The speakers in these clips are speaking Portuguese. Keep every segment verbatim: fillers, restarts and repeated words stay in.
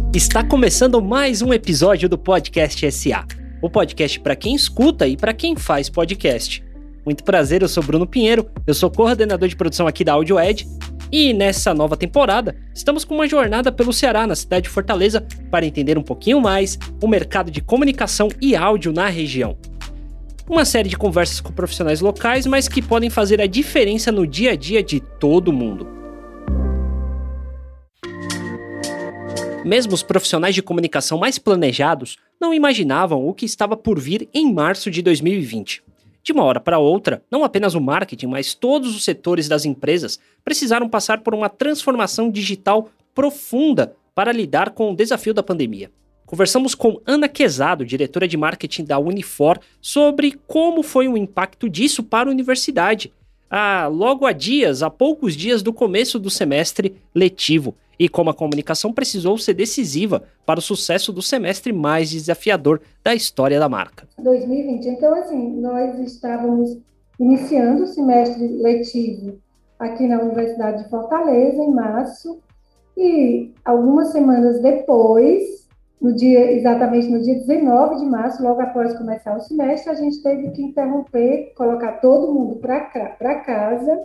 Está começando mais um episódio do Podcast S A, o podcast para quem escuta e para quem faz podcast. Muito prazer, eu sou Bruno Pinheiro, eu sou coordenador de produção aqui da AudioEd, e nessa nova temporada estamos com uma jornada pelo Ceará, na cidade de Fortaleza, para entender um pouquinho mais o mercado de comunicação e áudio na região. Uma série de conversas com profissionais locais, mas que podem fazer a diferença no dia a dia de todo mundo. Mesmo os profissionais de comunicação mais planejados não imaginavam o que estava por vir em março de dois mil e vinte. De uma hora para outra, não apenas o marketing, mas todos os setores das empresas precisaram passar por uma transformação digital profunda para lidar com o desafio da pandemia. Conversamos com Ana Quezado, diretora de marketing da Unifor, sobre como foi o impacto disso para a universidade, ah, logo há dias, há poucos dias do começo do semestre letivo, e como a comunicação precisou ser decisiva para o sucesso do semestre mais desafiador da história da marca. dois mil e vinte, então assim, nós estávamos iniciando o semestre letivo aqui na Universidade de Fortaleza, em março, e algumas semanas depois, no dia, exatamente no dia dezenove de março, logo após começar o semestre, a gente teve que interromper, colocar todo mundo para casa,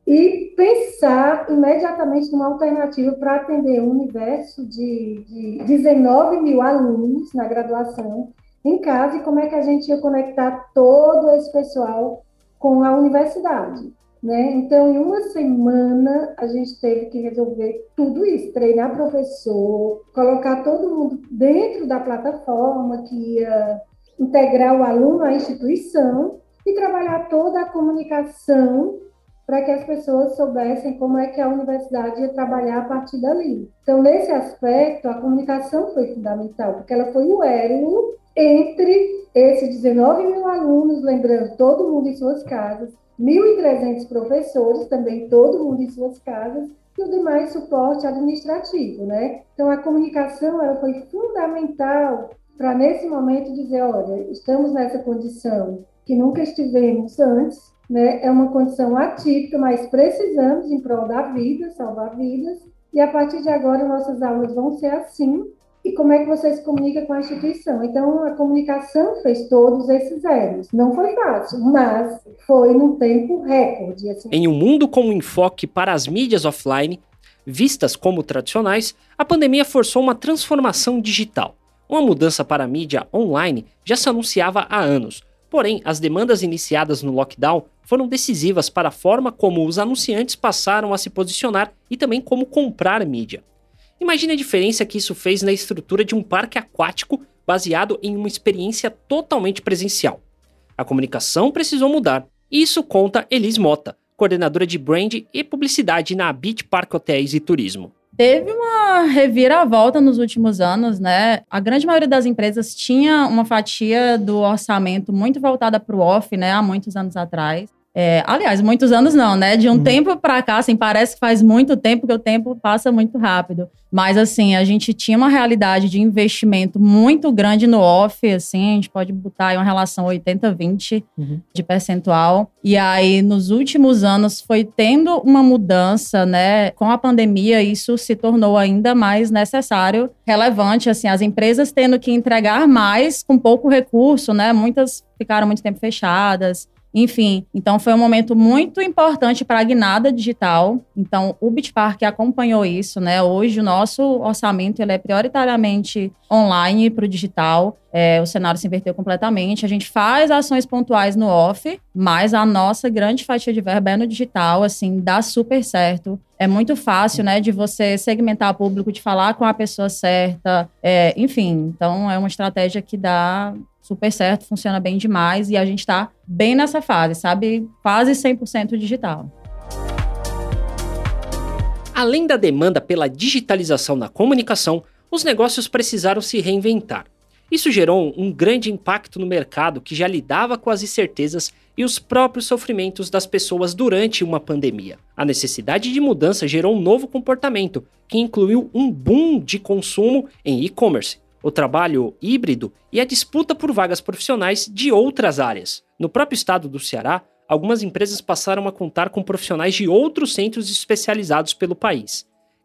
e pensar imediatamente numa alternativa para atender um universo de, de dezenove mil alunos na graduação em casa, e como é que a gente ia conectar todo esse pessoal com a universidade, né? Então, em uma semana, a gente teve que resolver tudo isso, treinar professor, colocar todo mundo dentro da plataforma que ia integrar o aluno à instituição e trabalhar toda a comunicação para que as pessoas soubessem como é que a universidade ia trabalhar a partir dali. Então, nesse aspecto, a comunicação foi fundamental, porque ela foi o elo entre esses dezenove mil alunos, lembrando, todo mundo em suas casas, mil e trezentos professores, também todo mundo em suas casas, e o demais suporte administrativo, né? Então, a comunicação ela foi fundamental para, nesse momento, dizer, olha, estamos nessa condição que nunca estivemos antes, né? É uma condição atípica, mas precisamos em prol da vida, salvar vidas, e a partir de agora nossas aulas vão ser assim. E como é que você se comunica com a instituição? Então, a comunicação fez todos esses erros. Não foi fácil, mas foi num tempo recorde. Assim. Em um mundo com um enfoque para as mídias offline, vistas como tradicionais, a pandemia forçou uma transformação digital. Uma mudança para a mídia online já se anunciava há anos. Porém, as demandas iniciadas no lockdown foram decisivas para a forma como os anunciantes passaram a se posicionar e também como comprar mídia. Imagine a diferença que isso fez na estrutura de um parque aquático baseado em uma experiência totalmente presencial. A comunicação precisou mudar, e isso conta Elis Mota, coordenadora de brand e publicidade na Beach Park Hotéis e Turismo. Teve uma reviravolta nos últimos anos, né? A grande maioria das empresas tinha uma fatia do orçamento muito voltada para o off, né? Há muitos anos atrás. É, aliás, muitos anos não, né? De um uhum. tempo para cá, assim, parece que faz muito tempo, que o tempo passa muito rápido. Mas, assim, a gente tinha uma realidade de investimento muito grande no off, assim, a gente pode botar aí uma relação oitenta a vinte uhum. de percentual. E aí, nos últimos anos, foi tendo uma mudança, né? Com a pandemia, isso se tornou ainda mais necessário, relevante, assim, as empresas tendo que entregar mais com pouco recurso, né? Muitas ficaram muito tempo fechadas. Enfim, então foi um momento muito importante para a guinada digital. Então, o Beach Park acompanhou isso, né? Hoje, o nosso orçamento ele é prioritariamente online para o digital. É, o cenário se inverteu completamente. A gente faz ações pontuais no off, mas a nossa grande fatia de verba é no digital, assim, dá super certo. É muito fácil, né, de você segmentar o público, de falar com a pessoa certa. É, enfim, então é uma estratégia que dá super certo, funciona bem demais e a gente está bem nessa fase, sabe? Quase cem por cento digital. Além da demanda pela digitalização na comunicação, os negócios precisaram se reinventar. Isso gerou um grande impacto no mercado que já lidava com as incertezas e os próprios sofrimentos das pessoas durante uma pandemia. A necessidade de mudança gerou um novo comportamento, que incluiu um boom de consumo em e-commerce, o trabalho híbrido e a disputa por vagas profissionais de outras áreas. No próprio estado do Ceará, algumas empresas passaram a contar com profissionais de outros centros especializados pelo país,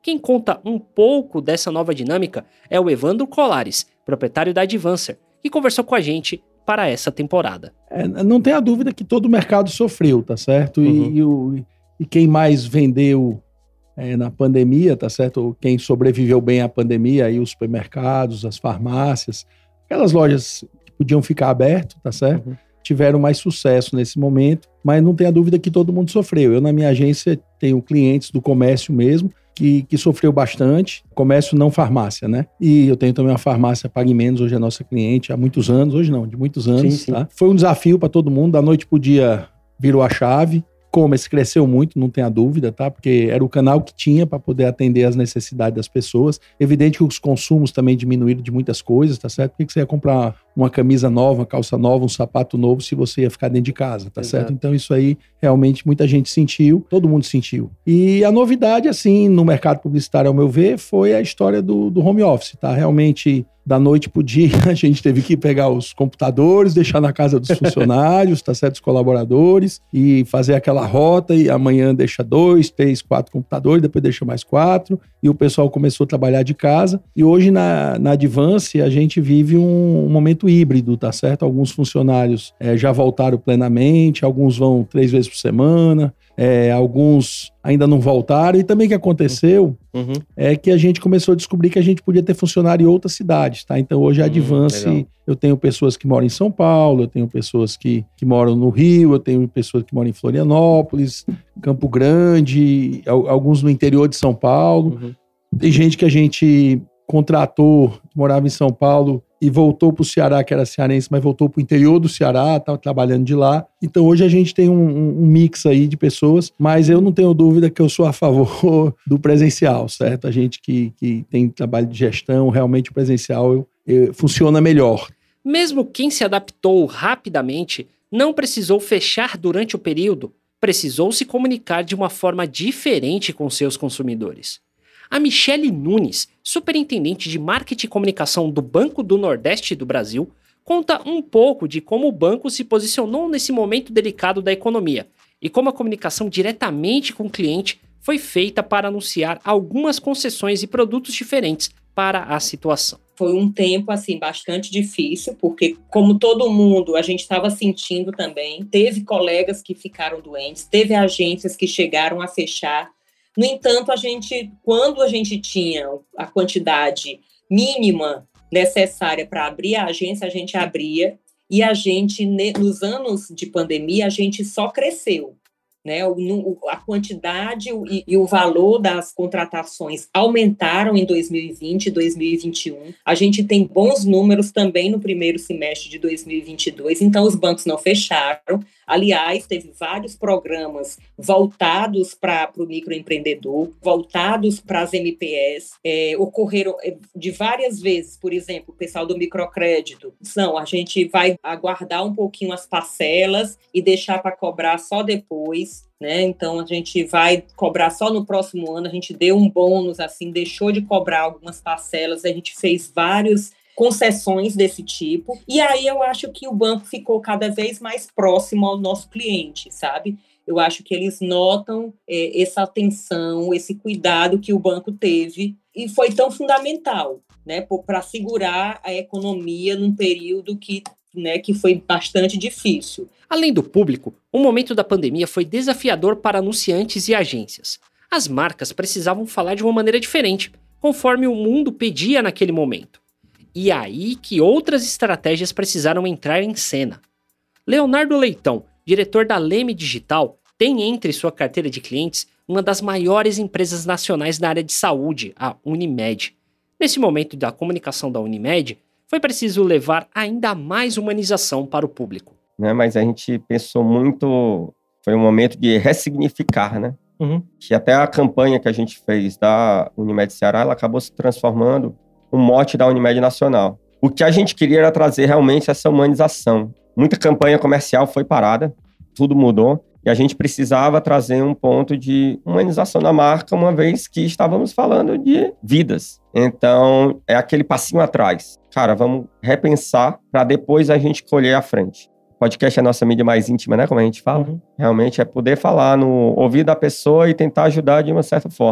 Quem conta um pouco dessa nova dinâmica é o Evandro Colares, proprietário da Advancer, que conversou com a gente para essa temporada. É, não tenha dúvida que todo o mercado sofreu, tá certo? Uhum. E, e, o, e quem mais vendeu é, na pandemia, tá certo? Quem sobreviveu bem à pandemia, aí os supermercados, as farmácias, aquelas lojas que podiam ficar abertas, tá certo? Uhum. Tiveram mais sucesso nesse momento, mas não tenha dúvida que todo mundo sofreu. Eu, na minha agência, tenho clientes do comércio mesmo, que, que sofreu bastante, comércio não farmácia, né? E eu tenho também uma farmácia Pague Menos, hoje é nossa cliente, há muitos anos, hoje não, de muitos anos, sim, sim. Tá? Foi um desafio para todo mundo, da noite pro dia virou a chave. E-commerce cresceu muito, não tenha dúvida, tá? Porque era o canal que tinha para poder atender as necessidades das pessoas. Evidente que os consumos também diminuíram de muitas coisas, tá certo? Por que você ia comprar uma camisa nova, uma calça nova, um sapato novo se você ia ficar dentro de casa, tá Exato. Certo? Então isso aí realmente muita gente sentiu, todo mundo sentiu. E a novidade, assim, no mercado publicitário, ao meu ver, foi a história do, do home office, tá? Realmente, da noite pro dia, a gente teve que pegar os computadores, deixar na casa dos funcionários, tá certo? Os colaboradores, e fazer aquela rota, e amanhã deixa dois, três, quatro computadores, depois deixa mais quatro, e o pessoal começou a trabalhar de casa. E hoje, na, na Advance, a gente vive um, um momento híbrido, tá certo? Alguns funcionários é, já voltaram plenamente, alguns vão três vezes por semana, é, alguns ainda não voltaram. E também o que aconteceu uhum. é que a gente começou a descobrir que a gente podia ter funcionário em outras cidades, tá? Então hoje a Advance, uhum, eu tenho pessoas que moram em São Paulo, eu tenho pessoas que, que moram no Rio, eu tenho pessoas que moram em Florianópolis, Campo Grande, alguns no interior de São Paulo. Uhum. Tem gente que a gente contratou, que morava em São Paulo e voltou para o Ceará, que era cearense, mas voltou para o interior do Ceará, estava trabalhando de lá. Então hoje a gente tem um, um mix aí de pessoas, mas eu não tenho dúvida que eu sou a favor do presencial, certo? A gente que, que tem trabalho de gestão, realmente o presencial eu, eu, funciona melhor. Mesmo quem se adaptou rapidamente não precisou fechar durante o período, precisou se comunicar de uma forma diferente com seus consumidores. A Michele Nunes, superintendente de marketing e comunicação do Banco do Nordeste do Brasil, conta um pouco de como o banco se posicionou nesse momento delicado da economia e como a comunicação diretamente com o cliente foi feita para anunciar algumas concessões e produtos diferentes para a situação. Foi um tempo, assim, bastante difícil, porque, como todo mundo, a gente estava sentindo também. Teve colegas que ficaram doentes, teve agências que chegaram a fechar. No entanto, a gente, quando a gente tinha a quantidade mínima necessária para abrir a agência, a gente abria, e a gente, nos anos de pandemia, a gente só cresceu, né? A quantidade e, e o valor das contratações aumentaram em dois mil e vinte, dois mil e vinte e um. A gente tem bons números também no primeiro semestre de dois mil e vinte e dois, então os bancos não fecharam. Aliás, teve vários programas voltados para o microempreendedor, voltados para as M P S. É, ocorreram de várias vezes, por exemplo, o pessoal do microcrédito. Não, a gente vai aguardar um pouquinho as parcelas e deixar para cobrar só depois, né? Então, a gente vai cobrar só no próximo ano. A gente deu um bônus, assim, deixou de cobrar algumas parcelas, a gente fez vários concessões desse tipo, e aí eu acho que o banco ficou cada vez mais próximo ao nosso cliente, sabe? Eu acho que eles notam é, essa atenção, esse cuidado que o banco teve, e foi tão fundamental, né, para segurar a economia num período que, né, que foi bastante difícil. Além do público, o momento da pandemia foi desafiador para anunciantes e agências. As marcas precisavam falar de uma maneira diferente, conforme o mundo pedia naquele momento. E aí que outras estratégias precisaram entrar em cena. Leonardo Leitão, diretor da Leme Digital, tem entre sua carteira de clientes uma das maiores empresas nacionais na área de saúde, a Unimed. Nesse momento da comunicação da Unimed, foi preciso levar ainda mais humanização para o público. Né, mas a gente pensou muito, foi um momento de ressignificar, né? Uhum. Que até a campanha que a gente fez da Unimed Ceará, ela acabou se transformando um mote da Unimed Nacional. O que a gente queria era trazer realmente essa humanização. Muita campanha comercial foi parada, tudo mudou, e a gente precisava trazer um ponto de humanização da marca, uma vez que estávamos falando de vidas. Então, é aquele passinho atrás. Cara, vamos repensar para depois a gente colher à frente. O podcast é a nossa mídia mais íntima, né? Como a gente fala. Uhum. Realmente é poder falar no ouvido da pessoa e tentar ajudar de uma certa forma.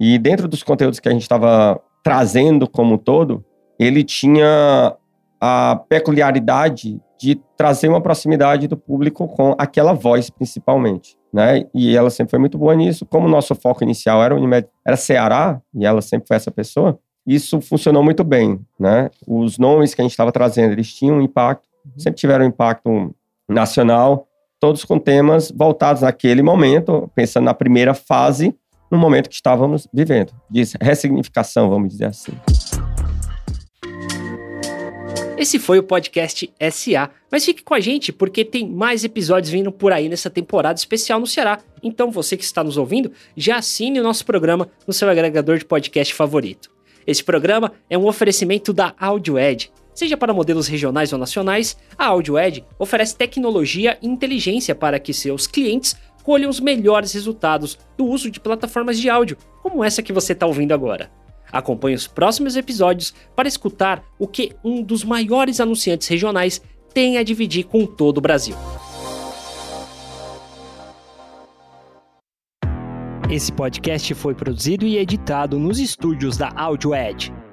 E dentro dos conteúdos que a gente estava trazendo como um todo, ele tinha a peculiaridade de trazer uma proximidade do público com aquela voz, principalmente, né? E ela sempre foi muito boa nisso. Como o nosso foco inicial era Unimed, era Ceará, e ela sempre foi essa pessoa, isso funcionou muito bem, né? Os nomes que a gente estava trazendo, eles tinham um impacto, sempre tiveram um impacto nacional, todos com temas voltados naquele momento, pensando na primeira fase, no momento que estávamos vivendo, de ressignificação, vamos dizer assim. Esse foi o podcast S A, mas fique com a gente porque tem mais episódios vindo por aí nessa temporada especial no Ceará. Então você que está nos ouvindo, já assine o nosso programa no seu agregador de podcast favorito. Esse programa é um oferecimento da AudioEd. Seja para modelos regionais ou nacionais, a AudioEd oferece tecnologia e inteligência para que seus clientes colham os melhores resultados do uso de plataformas de áudio, como essa que você está ouvindo agora. Acompanhe os próximos episódios para escutar o que um dos maiores anunciantes regionais tem a dividir com todo o Brasil. Esse podcast foi produzido e editado nos estúdios da AudioEd.